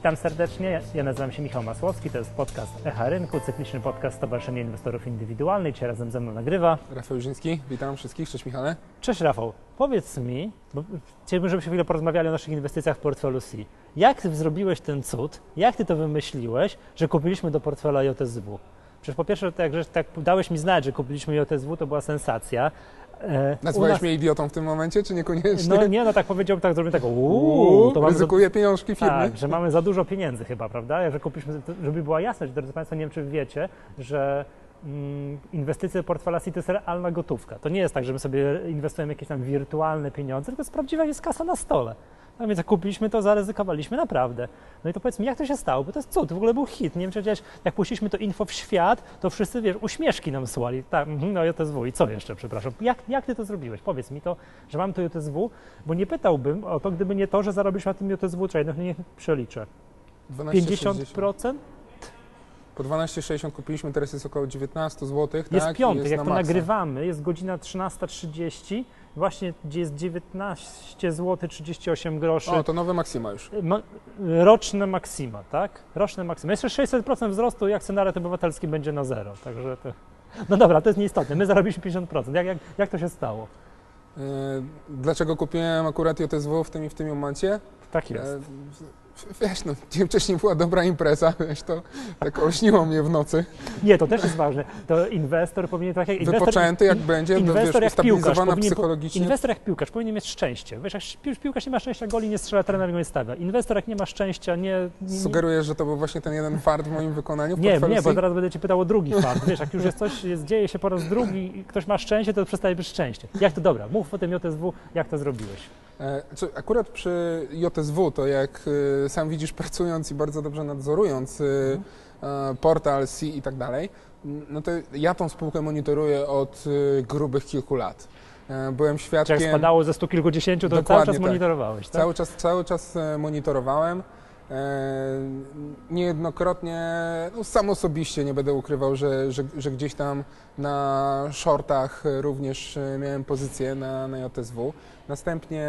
Witam serdecznie, ja nazywam się Michał Masłowski, to jest podcast Echa Rynku, cykliczny podcast Stowarzyszenia Inwestorów Indywidualnych. Dzisiaj razem ze mną nagrywa Rafał Jurzyński, witam wszystkich, cześć Michale. Cześć Rafał, powiedz mi, bo chciałbym, żebyśmy chwilę porozmawiali o naszych inwestycjach w portfelu C. Jak ty zrobiłeś ten cud, jak ty to wymyśliłeś, że kupiliśmy do portfela JSW? Przecież po pierwsze, tak dałeś mi znać, że kupiliśmy JSW, to była sensacja. Nazwałeś mnie idiotą w tym momencie, czy niekoniecznie? No nie, no tak powiedziałbym, tak zrobię tak, to ryzykuję pieniążki firmy. Tak, że mamy za dużo pieniędzy chyba, prawda? Że kupiliśmy, żeby była jasność, drodzy Państwo, nie wiem, czy wiecie, że inwestycje portfela C to jest realna gotówka. To nie jest tak, że my sobie inwestujemy jakieś tam wirtualne pieniądze, tylko jest prawdziwa jest kasa na stole. No więc jak kupiliśmy to, zaryzykowaliśmy naprawdę. No i to powiedz mi, jak to się stało? Bo to jest cud, to w ogóle był hit. Nie wiem, czy wiedziałeś, jak puściliśmy to info w świat, to wszyscy, wiesz, uśmieszki nam słali. Tak, no JSW i co jeszcze, przepraszam. Jak ty to zrobiłeś? Powiedz mi to, że mam to JSW, bo nie pytałbym o to, gdyby nie to, że zarobiliśmy na tym JSW, czy jednak niech przeliczę. 50%? Po 12,60 kupiliśmy, teraz jest około 19 zł. Jest tak? piątek, jest jak na to maksa. nagrywamy, jest godzina 13:30, właśnie gdzie jest 19 zł 38 groszy. O, to nowe maksima już. Roczne maksima, tak? Roczne maksima. Jeszcze 600% wzrostu i akcjonariat obywatelski będzie na zero, także to... No dobra, to jest nieistotne, my zarobiliśmy 50%. Jak to się stało? Dlaczego kupiłem akurat JSW w tym i w tym momencie? Tak jest. Wiesz, no, dzień wcześniej była dobra impreza, wiesz, to tak olśniło mnie w nocy. Nie, to też jest ważne. To inwestor powinien tak jak wypoczęty jak będzie, inwestor jak ustabilizowana psychologicznie. Inwestor jak piłkarz powinien mieć szczęście. Wiesz, jak piłkarz nie ma szczęścia, goli nie strzela, trener go nie stawia. Inwestor jak nie ma szczęścia, nie... Sugerujesz, że to był właśnie ten jeden fart w moim wykonaniu? Nie, bo zaraz będę cię pytał o drugi fart. Wiesz, jak już jest coś, dzieje się po raz drugi i ktoś ma szczęście, to przestaje być szczęście. Jak to, dobra, mów o tym JSW, jak to zrobiłeś? Akurat przy JSW, to jak sam widzisz, pracując i bardzo dobrze nadzorując portal C i tak dalej, no to ja tą spółkę monitoruję od grubych kilku lat. Byłem świadkiem... Czy jak spadało ze 100 kilkudziesięciu, to cały czas monitorowałeś, tak? Cały czas monitorowałem. Niejednokrotnie, no sam osobiście nie będę ukrywał, że gdzieś tam na shortach również miałem pozycję na JSW. Następnie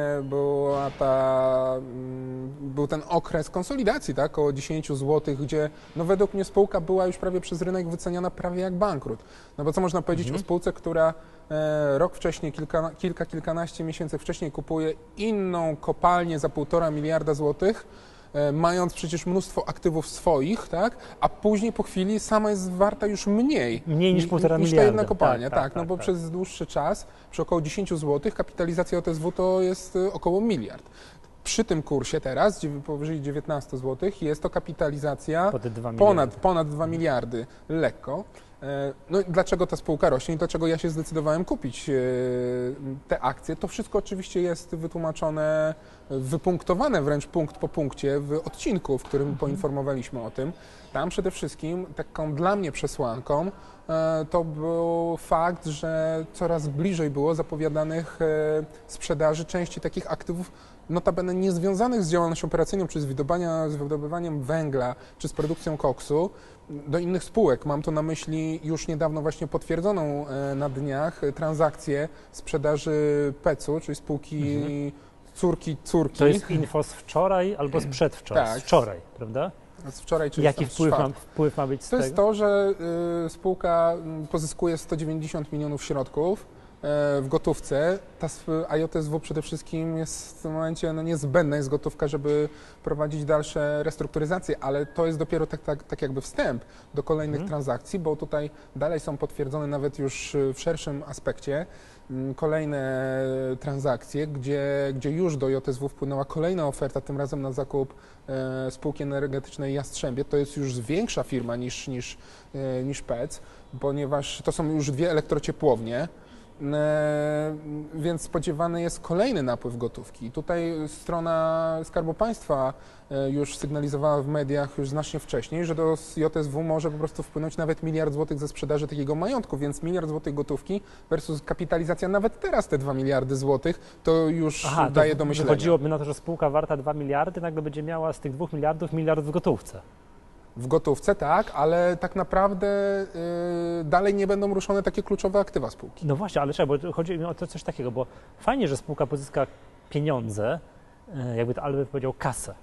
był ten okres konsolidacji, tak, około 10 zł, gdzie no według mnie spółka była już prawie przez rynek wyceniana prawie jak bankrut. No bo co można powiedzieć o spółce, która rok wcześniej, kilkanaście miesięcy wcześniej kupuje inną kopalnię za 1,5 miliarda złotych, mając przecież mnóstwo aktywów swoich, tak, a później po chwili sama jest warta już mniej niż 1,5 miliarda. Niż ta jedna kopalnia, tak, no bo przez dłuższy czas, przy około 10 zł, kapitalizacja JSW to jest około miliard. Przy tym kursie teraz, powyżej 19 zł, jest to kapitalizacja ponad 2 miliardy, lekko. No i dlaczego ta spółka rośnie i dlaczego ja się zdecydowałem kupić te akcje? To wszystko oczywiście jest wytłumaczone, wypunktowane wręcz punkt po punkcie w odcinku, w którym poinformowaliśmy o tym. Tam przede wszystkim taką dla mnie przesłanką to był fakt, że coraz bliżej było zapowiadanych sprzedaży części takich aktywów, notabene niezwiązanych z działalnością operacyjną, czy z wydobywaniem węgla, czy z produkcją koksu, do innych spółek. Mam tu na myśli już niedawno właśnie potwierdzoną na dniach transakcję sprzedaży PEC-u, czyli spółki córki. To jest info z wczoraj albo z przedwczoraj, tak. Z wczoraj, prawda? Z wczoraj, czyli jaki wpływ ma być z tego? To jest to, że spółka pozyskuje 190 milionów środków w gotówce, a JSW przede wszystkim jest w tym momencie niezbędna jest gotówka, żeby prowadzić dalsze restrukturyzacje, ale to jest dopiero tak jakby wstęp do kolejnych transakcji, bo tutaj dalej są potwierdzone nawet już w szerszym aspekcie kolejne transakcje, gdzie już do JSW wpłynęła kolejna oferta, tym razem na zakup spółki energetycznej Jastrzębie. To jest już większa firma niż PEC, ponieważ to są już 2 elektrociepłownie, więc spodziewany jest kolejny napływ gotówki. Tutaj strona Skarbu Państwa już sygnalizowała w mediach już znacznie wcześniej, że do JSW może po prostu wpłynąć nawet 1 miliard złotych ze sprzedaży takiego majątku, więc 1 miliard złotych gotówki versus kapitalizacja nawet teraz te 2 miliardy złotych, to już daje do myślenia. Chodziłoby na to, że spółka warta 2 miliardy nagle będzie miała z tych 2 miliardów miliard w gotówce. W gotówce, tak, ale tak naprawdę dalej nie będą ruszone takie kluczowe aktywa spółki. No właśnie, ale bo chodzi mi o to coś takiego, bo fajnie, że spółka pozyska pieniądze, jakby to Albert powiedział, kasę.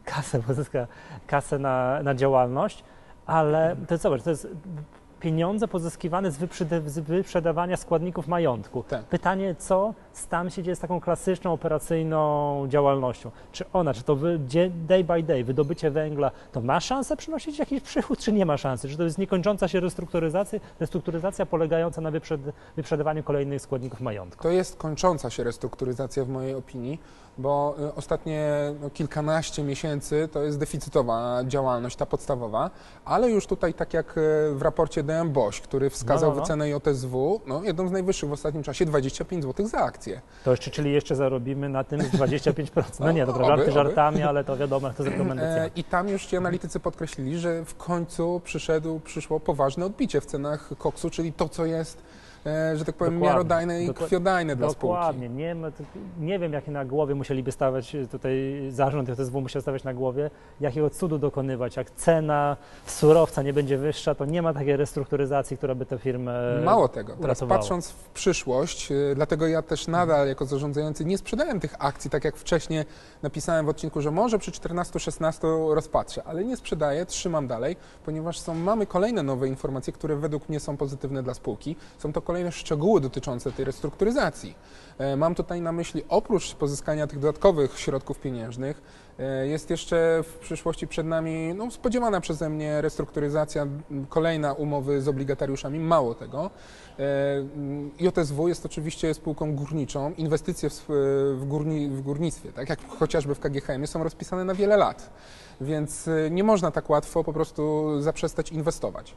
pozyska kasę na działalność, ale to jest, zobacz, to jest pieniądze pozyskiwane z wyprzedawania składników majątku. Tak. Pytanie, co tam się dzieje z taką klasyczną, operacyjną działalnością? Czy to day by day, wydobycie węgla, to ma szansę przynosić jakiś przychód, czy nie ma szansy? Czy to jest niekończąca się restrukturyzacja polegająca na wyprzedawaniu kolejnych składników majątku? To jest kończąca się restrukturyzacja w mojej opinii, bo ostatnie kilkanaście miesięcy to jest deficytowa działalność, ta podstawowa, ale już tutaj, tak jak w raporcie DM BOŚ, który wskazał wycenę JSW, jedną z najwyższych w ostatnim czasie, 25 zł za akcję. To jeszcze, czyli jeszcze zarobimy na tym 25%. No nie, dobra, żarty żartami, ale to wiadomo, to jest rekomendacja. I tam już ci analitycy podkreślili, że w końcu przyszło poważne odbicie w cenach koksu, czyli to, co jest, że tak powiem, miarodajne i krwiodajne dla spółki. Dokładnie. Nie wiem, jakie na głowie musieliby stawać tutaj, zarząd JSW musiał stawiać na głowie, jakiego cudu dokonywać. Jak cena surowca nie będzie wyższa, to nie ma takiej restrukturyzacji, która by tę firmę Mało tego, teraz uratowała. patrząc w przyszłość, dlatego ja też nadal jako zarządzający nie sprzedałem tych akcji, tak jak wcześniej napisałem w odcinku, że może przy 14-16 rozpatrzę, ale nie sprzedaję, trzymam dalej, ponieważ mamy kolejne nowe informacje, które według mnie są pozytywne dla spółki. Są to kolejne szczegóły dotyczące tej restrukturyzacji. Mam tutaj na myśli, oprócz pozyskania tych dodatkowych środków pieniężnych, jest jeszcze w przyszłości przed nami spodziewana przeze mnie restrukturyzacja, kolejna umowy z obligatariuszami. Mało tego, JSW jest oczywiście spółką górniczą. Inwestycje w górnictwie, tak jak chociażby w KGHM, są rozpisane na wiele lat. Więc nie można tak łatwo po prostu zaprzestać inwestować.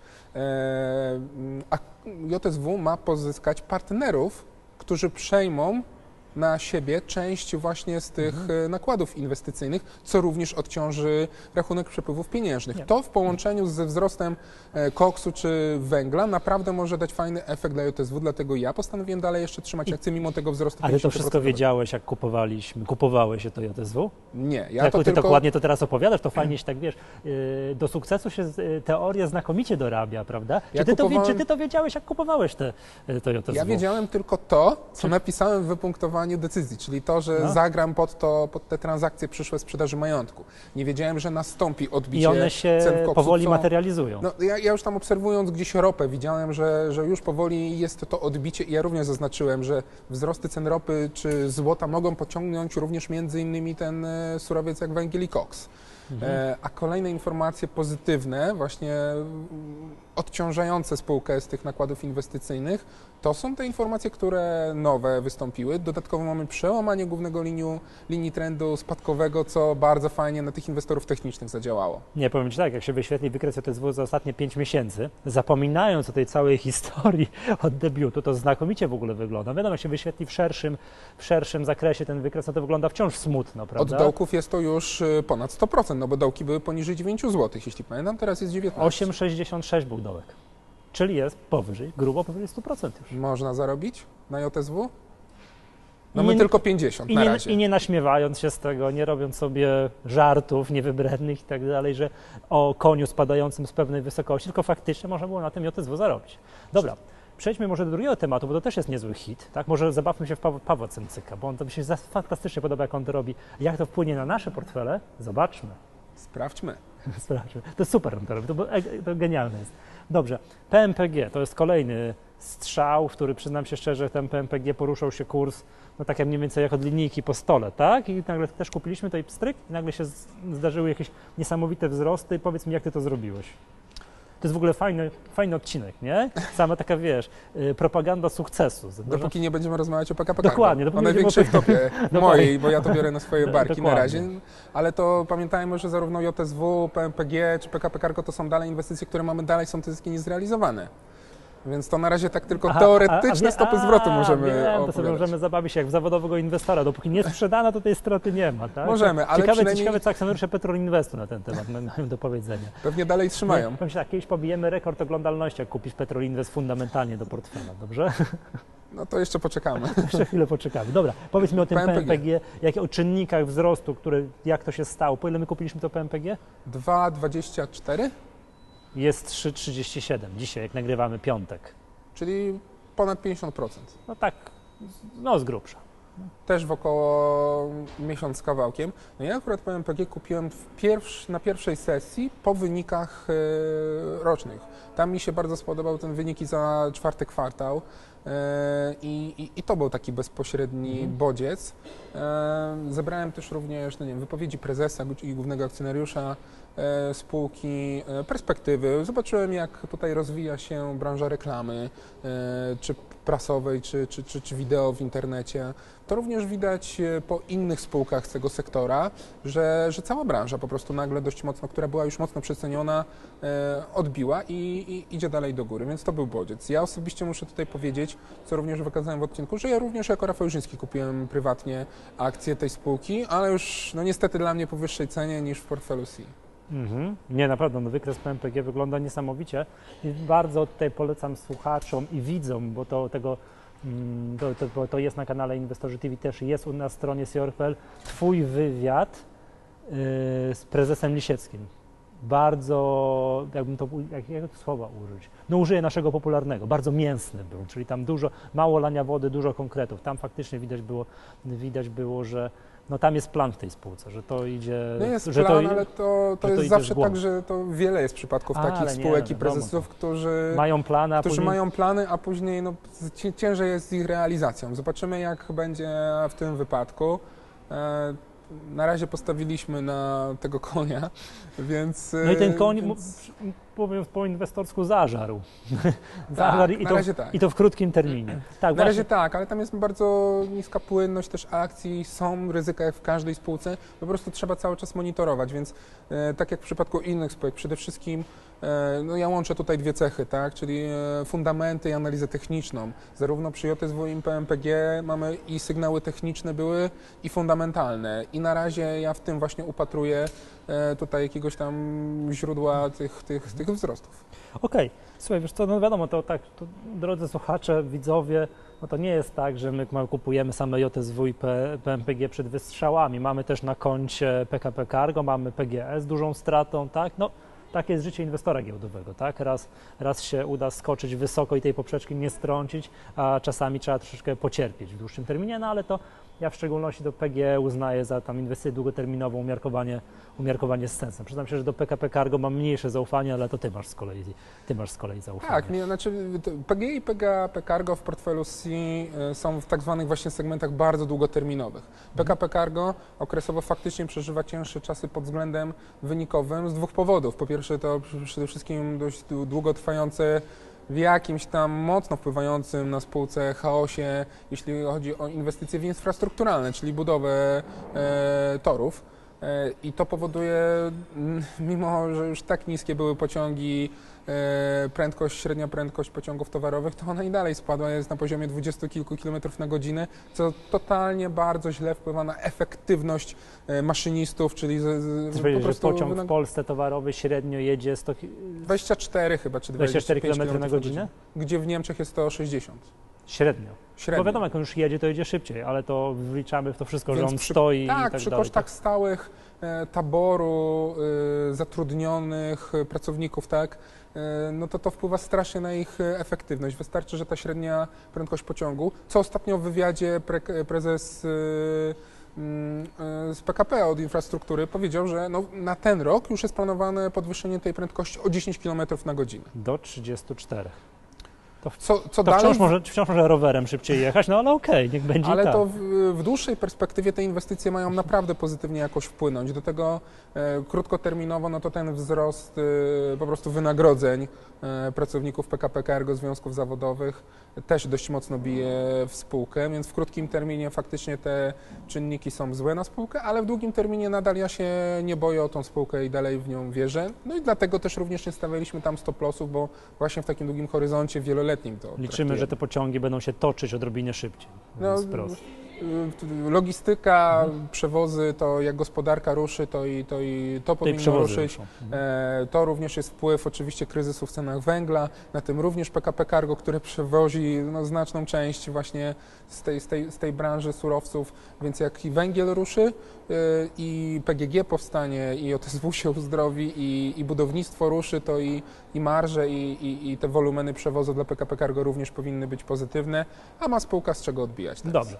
A JSW ma pozyskać partnerów, którzy przejmą na siebie część właśnie z tych nakładów inwestycyjnych, co również odciąży rachunek przepływów pieniężnych. To w połączeniu ze wzrostem koksu czy węgla naprawdę może dać fajny efekt dla JSW, dlatego ja postanowiłem dalej jeszcze trzymać akcje mimo tego wzrostu. Ale to wszystko wiedziałeś, jak kupowałeś się to JSW? Nie. Ty dokładnie to teraz opowiadasz, to fajnie się tak, wiesz, do sukcesu się teoria znakomicie dorabia, prawda? Czy ty to wiedziałeś, jak kupowałeś to JSW? Ja wiedziałem tylko to, co napisałem w wypunktowaniu decyzji, czyli to, że zagram pod te transakcje przyszłe sprzedaży majątku. Nie wiedziałem, że nastąpi odbicie i one się cen koksu, powoli materializują. Ja już tam obserwując gdzieś ropę, widziałem, że już powoli jest to odbicie i ja również zaznaczyłem, że wzrosty cen ropy czy złota mogą pociągnąć również między innymi ten surowiec jak węgiel i koks. A kolejne informacje pozytywne, właśnie odciążające spółkę z tych nakładów inwestycyjnych, to są te informacje, które nowe wystąpiły. Dodatkowo mamy przełamanie głównego linii trendu spadkowego, co bardzo fajnie na tych inwestorów technicznych zadziałało. Nie, powiem Ci tak, jak się wyświetli wykres JSW za ostatnie 5 miesięcy, zapominając o tej całej historii od debiutu, to znakomicie w ogóle wygląda. Wiadomo, jak się wyświetli w szerszym zakresie ten wykres, to wygląda wciąż smutno, prawda? Od dołków jest to już ponad 100%, bo dołki były poniżej 9 zł, jeśli pamiętam, teraz jest 19. 8,66 był dołek, czyli jest grubo powyżej 100% już. Można zarobić na JSW? My tylko 50 na razie. I nie naśmiewając się z tego, nie robiąc sobie żartów niewybrednych i tak dalej, że o koniu spadającym z pewnej wysokości, tylko faktycznie można było na tym JSW zarobić. Dobra, przejdźmy może do drugiego tematu, bo to też jest niezły hit, tak? Może zabawmy się w Pawła Cemcyka, bo on to mi się fantastycznie podoba, jak on to robi. Jak to wpłynie na nasze portfele? Zobaczmy. Sprawdźmy. Sprawdźmy. To jest super, on to robi, to genialne jest. Dobrze, PMPG to jest kolejny strzał, w który przyznam się szczerze, ten PMPG poruszał się kurs, tak jak mniej więcej jak od linijki po stole, tak? I nagle też kupiliśmy to i pstryk, i nagle się zdarzyły jakieś niesamowite wzrosty. Powiedz mi, jak ty to zrobiłeś? To jest w ogóle fajny odcinek, nie? Sama taka, wiesz, propaganda sukcesu. Dopóki nie będziemy rozmawiać o PKP Dokładnie. O największej wtopie mojej, bo ja to biorę na swoje barki na razie. Ale to pamiętajmy, że zarówno JSW, PMPG czy PKP Cargo to są dalej inwestycje, które mamy dalej, są te zyski niezrealizowane. Więc to na razie tak tylko teoretyczne stopy zwrotu możemy to sobie możemy zabawić się jak w zawodowego inwestora. Dopóki nie sprzedano, to tej straty nie ma. Tak? Możemy, ale ciekawe, co akcjonariusze Petrol Investu na ten temat mają do powiedzenia. Pewnie dalej trzymają. Powiem się tak, kiedyś pobijemy rekord oglądalności, jak kupisz Petrol Invest fundamentalnie do portfela, dobrze? No to jeszcze poczekamy. Jeszcze chwilę poczekamy. Dobra, powiedz mi o tym PMPG, o czynnikach wzrostu, jak to się stało. Po ile my kupiliśmy to PMPG? 2,24? Jest 3,37 dzisiaj, jak nagrywamy piątek. Czyli ponad 50%. No tak, no z grubsza. też w około miesiąc z kawałkiem. No ja akurat PMPG kupiłem na pierwszej sesji po wynikach rocznych. Tam mi się bardzo spodobał ten wyniki za 4. kwartał i to był taki bezpośredni bodziec. Zebrałem też również wypowiedzi prezesa i głównego akcjonariusza spółki, perspektywy. Zobaczyłem, jak tutaj rozwija się branża reklamy, czy prasowej, czy wideo w internecie. To również widać po innych spółkach z tego sektora, że cała branża po prostu nagle dość mocno, która była już mocno przeceniona, odbiła i idzie dalej do góry, więc to był bodziec. Ja osobiście muszę tutaj powiedzieć, co również wykazałem w odcinku, że ja również jako Rafał Jurzyński kupiłem prywatnie akcje tej spółki, ale już niestety dla mnie po wyższej cenie niż w portfelu C. Nie, naprawdę, wykres PMPG wygląda niesamowicie i bardzo tutaj polecam słuchaczom i widzom, bo to jest na kanale Inwestorzy TV, też jest na stronie CRPL, Twój wywiad z prezesem Lisieckim. Bardzo, jakiego słowa użyć? Użyję naszego popularnego, bardzo mięsny był, czyli tam mało lania wody, dużo konkretów. Tam faktycznie widać było, że tam jest plan w tej spółce, że to idzie... Jest plan, ale to jest zawsze tak, że to wiele jest przypadków takich spółek i prezesów, którzy mają plany, a później ciężej jest z ich realizacją. Zobaczymy, jak będzie w tym wypadku. Na razie postawiliśmy na tego konia, więc... I ten koń, powiem po inwestorsku, zażarł. I to w krótkim terminie. Tak, na razie tak, ale tam jest bardzo niska płynność też akcji, są ryzyka jak w każdej spółce, po prostu trzeba cały czas monitorować, więc tak jak w przypadku innych spółek, przede wszystkim ja łączę tutaj dwie cechy, tak, czyli fundamenty i analizę techniczną. Zarówno przy JSW i PMPG mamy i sygnały techniczne były i fundamentalne i na razie ja w tym właśnie upatruję tutaj jakiegoś tam źródła tych wzrostów. Okej. Słuchaj, wiesz co, wiadomo, to drodzy słuchacze, widzowie, to nie jest tak, że my kupujemy same JSW i PMPG przed wystrzałami. Mamy też na koncie PKP Cargo, mamy PGE z dużą stratą, tak? Takie jest życie inwestora giełdowego, tak? Raz się uda skoczyć wysoko i tej poprzeczki nie strącić, a czasami trzeba troszeczkę pocierpieć w dłuższym terminie, ale to ja w szczególności do PGE uznaję za tam inwestycję długoterminową, umiarkowanie z sensem. Przyznam się, że do PKP Cargo mam mniejsze zaufanie, ale to ty masz z kolei zaufanie. Tak, PGE i PKP Cargo w portfelu C są w tak zwanych właśnie segmentach bardzo długoterminowych. PKP Cargo okresowo faktycznie przeżywa cięższe czasy pod względem wynikowym z dwóch powodów. Po pierwsze to przede wszystkim dość długotrwające w jakimś tam mocno wpływającym na spółce chaosie, jeśli chodzi o inwestycje w infrastrukturalne, czyli budowę torów. I to powoduje, mimo że już tak niskie były pociągi, średnia prędkość pociągów towarowych, to ona i dalej spadła, jest na poziomie 20 kilku kilometrów na godzinę, co totalnie bardzo źle wpływa na efektywność maszynistów, czyli po prostu pociąg w Polsce towarowy średnio jedzie 24 chyba, czy 24 km na godzinę? Gdzie w Niemczech jest to 60. Średnio. Bo wiadomo, jak on już jedzie, to jedzie szybciej, ale to wliczamy w to wszystko, że on stoi tak, i tak przy dalej. kosztach stałych taboru zatrudnionych pracowników, tak, to wpływa strasznie na ich efektywność. Wystarczy, że ta średnia prędkość pociągu, co ostatnio w wywiadzie prezes z PKP od infrastruktury powiedział, że na ten rok już jest planowane podwyższenie tej prędkości o 10 km na godzinę. Do 34. Wciąż może rowerem szybciej jechać, ale okej, niech będzie ale tak. to w dłuższej perspektywie te inwestycje mają naprawdę pozytywnie jakoś wpłynąć. Do tego krótkoterminowo to ten wzrost po prostu wynagrodzeń pracowników PKP Cargo, związków zawodowych też dość mocno bije w spółkę, więc w krótkim terminie faktycznie te czynniki są złe na spółkę, ale w długim terminie nadal ja się nie boję o tą spółkę i dalej w nią wierzę. I dlatego też również nie stawialiśmy tam stop lossów, bo właśnie w takim długim horyzoncie wieloletnim to liczymy, że te pociągi będą się toczyć odrobinie szybciej. Logistyka, przewozy, to jak gospodarka ruszy, to powinno ruszyć. To również jest wpływ oczywiście kryzysu w cenach węgla, na tym również PKP Cargo, które przewozi znaczną część właśnie z tej branży surowców, więc jak i węgiel ruszy i PGG powstanie i JSW się uzdrowi i budownictwo ruszy, to i marże i te wolumeny przewozu dla PKP Cargo również powinny być pozytywne, a ma spółka z czego odbijać teraz. Dobrze.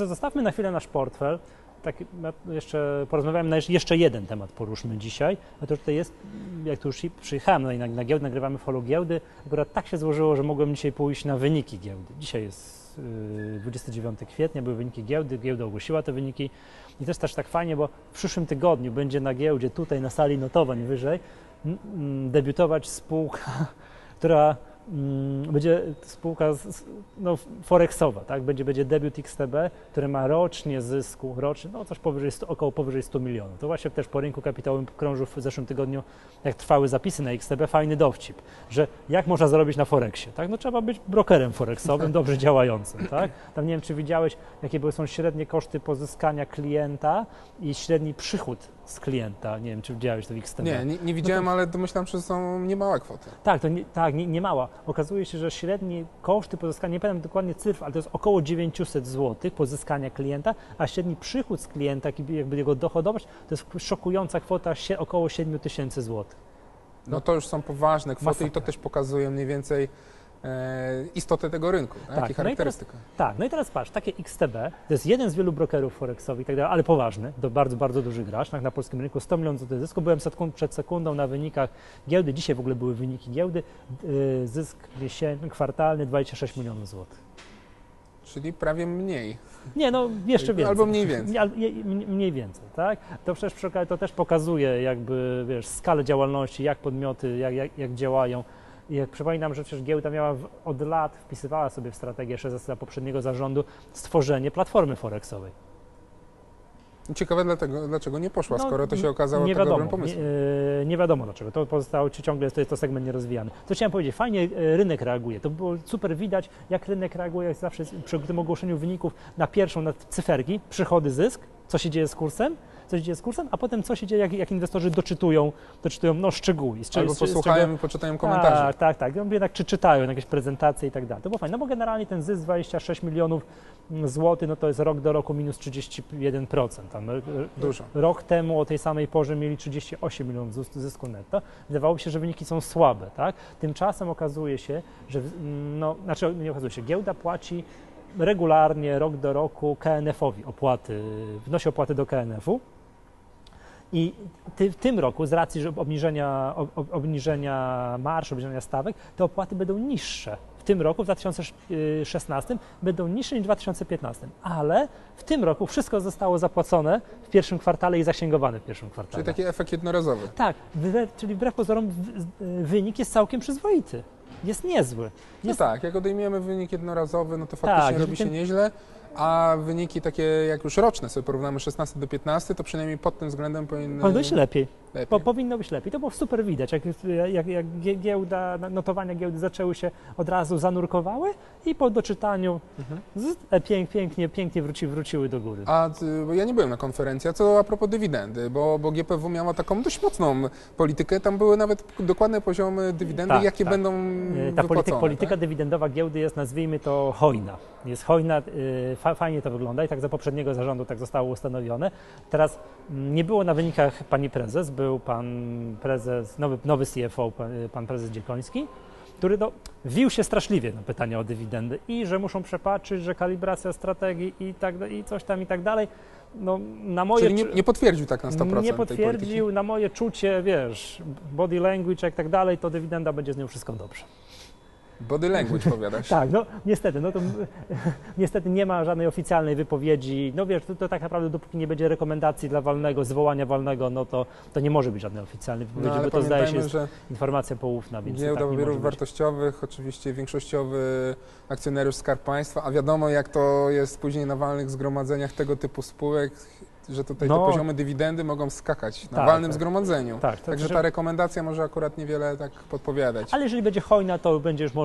zostawmy na chwilę nasz portfel. Tak, jeszcze porozmawiałem na jeszcze jeden temat, poruszmy dzisiaj. A to tutaj jest, jak tu już przyjechałem na giełdę, nagrywamy w holu giełdy, akurat tak się złożyło, że mogłem dzisiaj pójść na wyniki giełdy. Dzisiaj jest 29 kwietnia, były wyniki giełdy, giełda ogłosiła te wyniki i też tak fajnie, bo w przyszłym tygodniu będzie na giełdzie, tutaj na sali notowań wyżej, debiutować spółka, która będzie spółka forexowa, tak? Będzie debiut XTB, który ma rocznie zysku, coś około powyżej 100 milionów. To właśnie też po rynku kapitałowym krążył w zeszłym tygodniu, jak trwały zapisy na XTB, fajny dowcip, że jak można zarobić na forexie, tak? No trzeba być brokerem forexowym, dobrze działającym, tak? Tam nie wiem, czy widziałeś, jakie są średnie koszty pozyskania klienta i średni przychód z klienta. Nie wiem, czy widziałeś to w XTB. Nie widziałem, ale domyślam, że są niemałe kwoty. Tak, nie mała. Okazuje się, że średnie koszty pozyskania, nie pamiętam dokładnie cyfr, ale to jest około 900 zł pozyskania klienta, a średni przychód z klienta, jakby jego dochodowość, to jest szokująca kwota około 7 tysięcy złotych. No to już są poważne kwoty. Masakra. I to też pokazuje mniej więcej istotę tego rynku, tak? I charakterystykę. No i teraz patrz, takie XTB, to jest jeden z wielu brokerów forexowych i tak dalej, ale poważny, to bardzo, bardzo duży gracz, tak, na polskim rynku 100 milionów złotych zysku. Byłem przed sekundą na wynikach giełdy, dzisiaj w ogóle były wyniki giełdy, zysk kwartalny 26 milionów złotych. Czyli prawie mniej. Nie, no jeszcze więcej. Albo mniej więcej. Mniej więcej, tak? To przecież przy okazji to też pokazuje jakby, wiesz, skalę działalności, jak podmioty, jak działają. I jak przypominam, że przecież giełda miała od lat, wpisywała sobie w strategię jeszcze za poprzedniego zarządu stworzenie platformy forexowej. Ciekawe dlaczego nie poszła, skoro to się okazało dobrym pomysłem. Nie wiadomo dlaczego, to pozostało ciągle, jest to segment nierozwijany. Co chciałem powiedzieć, fajnie rynek reaguje, to było super widać, jak rynek reaguje, jak zawsze przy tym ogłoszeniu wyników na cyferki, przychody, zysk, co się dzieje z kursem, a potem co się dzieje, jak inwestorzy doczytują szczegóły. Albo posłuchają i poczytają komentarze. Tak, jednak czy czytają jakieś prezentacje i tak dalej. To było fajne, no bo generalnie ten zysk 26 milionów złotych, no to jest rok do roku minus 31%. Tam dużo. Rok temu o tej samej porze mieli 38 milionów zysku netto. Wydawało się, że wyniki są słabe, tak? Tymczasem okazuje się, że, giełda płaci regularnie, rok do roku KNF-owi wnosi opłaty do KNF-u. I w tym roku, z racji obniżenia marż, obniżenia stawek, te opłaty będą niższe. W tym roku, w 2016, będą niższe niż w 2015, ale w tym roku wszystko zostało zapłacone w pierwszym kwartale i zasięgowane w pierwszym kwartale. Czyli taki efekt jednorazowy. Tak, czyli wbrew pozorom wynik jest całkiem przyzwoity. Jest niezły. No tak, jak odejmiemy wynik jednorazowy, no to faktycznie robi się nieźle, a wyniki takie jak już roczne sobie porównamy 16 do 15, to przynajmniej pod tym względem powinno być lepiej. Powinno być lepiej. To było super widać, jak notowania giełdy zaczęły się od razu zanurkowały i po doczytaniu pięknie wróciły do góry. Bo ja nie byłem na konferencji, a co a propos dywidendy, bo GPW miała taką dość mocną politykę, tam były nawet dokładne poziomy dywidendy, jakie będą wypłacone. Polityka dywidendowa giełdy jest, nazwijmy to, hojna. Jest hojna, fajnie to wygląda i tak za poprzedniego zarządu tak zostało ustanowione. Teraz nie było na wynikach pani prezes, był pan prezes, nowy CFO, pan prezes Dziekoński, który wił się straszliwie na pytania o dywidendy i że muszą przepatrzyć, że kalibracja strategii i coś tam i tak dalej. No, Czyli nie potwierdził tak na 100%. Nie potwierdził, na moje czucie, wiesz, body language i tak dalej, to dywidenda będzie z nią wszystko dobrze. Body language powiadasz. Tak, no niestety, niestety nie ma żadnej oficjalnej wypowiedzi, no wiesz, to tak naprawdę dopóki nie będzie rekomendacji dla walnego, zwołania walnego, no to nie może być żadnej oficjalnej wypowiedzi, bo to zdaje się jest informacja poufna, więc giełda papierów wartościowych, oczywiście większościowy akcjonariusz Skarb Państwa, a wiadomo jak to jest później na walnych zgromadzeniach tego typu spółek, że tutaj te poziomy dywidendy mogą skakać na walnym zgromadzeniu. Także ta rekomendacja może akurat niewiele tak podpowiadać. Ale jeżeli będzie hojna, to będzie już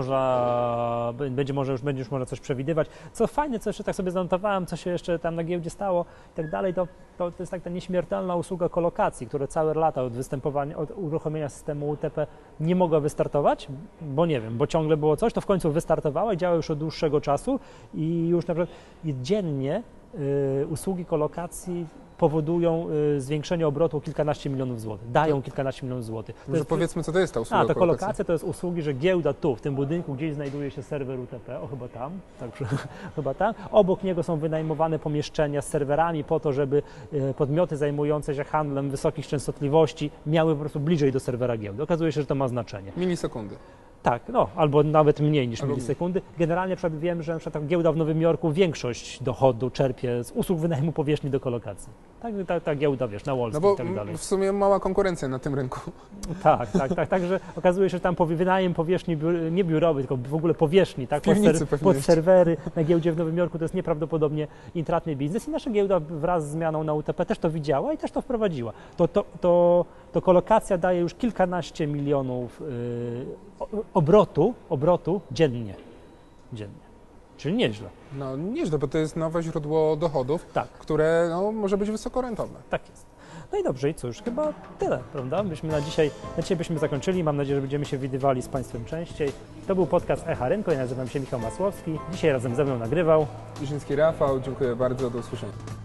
można coś przewidywać. Co fajne, co jeszcze tak sobie zanotowałem, co się jeszcze tam na giełdzie stało i tak dalej, to jest tak ta nieśmiertelna usługa kolokacji, która całe lata od uruchomienia systemu UTP nie mogła wystartować, bo ciągle było coś, to w końcu wystartowała i działa już od dłuższego czasu i już na przykład dziennie usługi kolokacji powodują zwiększenie obrotu o kilkanaście milionów złotych, dają kilkanaście milionów złotych. Może powiedzmy, co to jest ta usługa kolokacji? Kolokacja to jest usługi, że giełda tu, w tym budynku, gdzieś znajduje się serwer UTP, chyba tam, chyba tam. Obok niego są wynajmowane pomieszczenia z serwerami po to, żeby podmioty zajmujące się handlem wysokich częstotliwości miały po prostu bliżej do serwera giełdy. Okazuje się, że to ma znaczenie. Milisekundy. Tak, albo nawet mniej niż milisekundy. Generalnie wiem, że ta giełda w Nowym Jorku większość dochodu czerpie z usług wynajmu powierzchni do kolokacji. Tak, ta giełda, na Wall Street i tak dalej. W sumie mała konkurencja na tym rynku. Tak, także okazuje się, że tam wynajem powierzchni nie biurowy, tylko w ogóle powierzchni, tak? Pod serwery na giełdzie w Nowym Jorku to jest nieprawdopodobnie intratny biznes i nasza giełda wraz z zmianą na UTP też to widziała i też to wprowadziła. To kolokacja daje już kilkanaście milionów obrotu dziennie. Czyli nieźle. Nieźle, bo to jest nowe źródło dochodów, które może być wysoko rentowne. Tak jest. No i dobrze, i cóż, chyba tyle, prawda? Na dzisiaj byśmy zakończyli. Mam nadzieję, że będziemy się widywali z Państwem częściej. To był podcast Echa Rynku. Ja nazywam się Michał Masłowski. Dzisiaj razem ze mną nagrywał Wyszyński Rafał. Dziękuję bardzo. Do usłyszenia.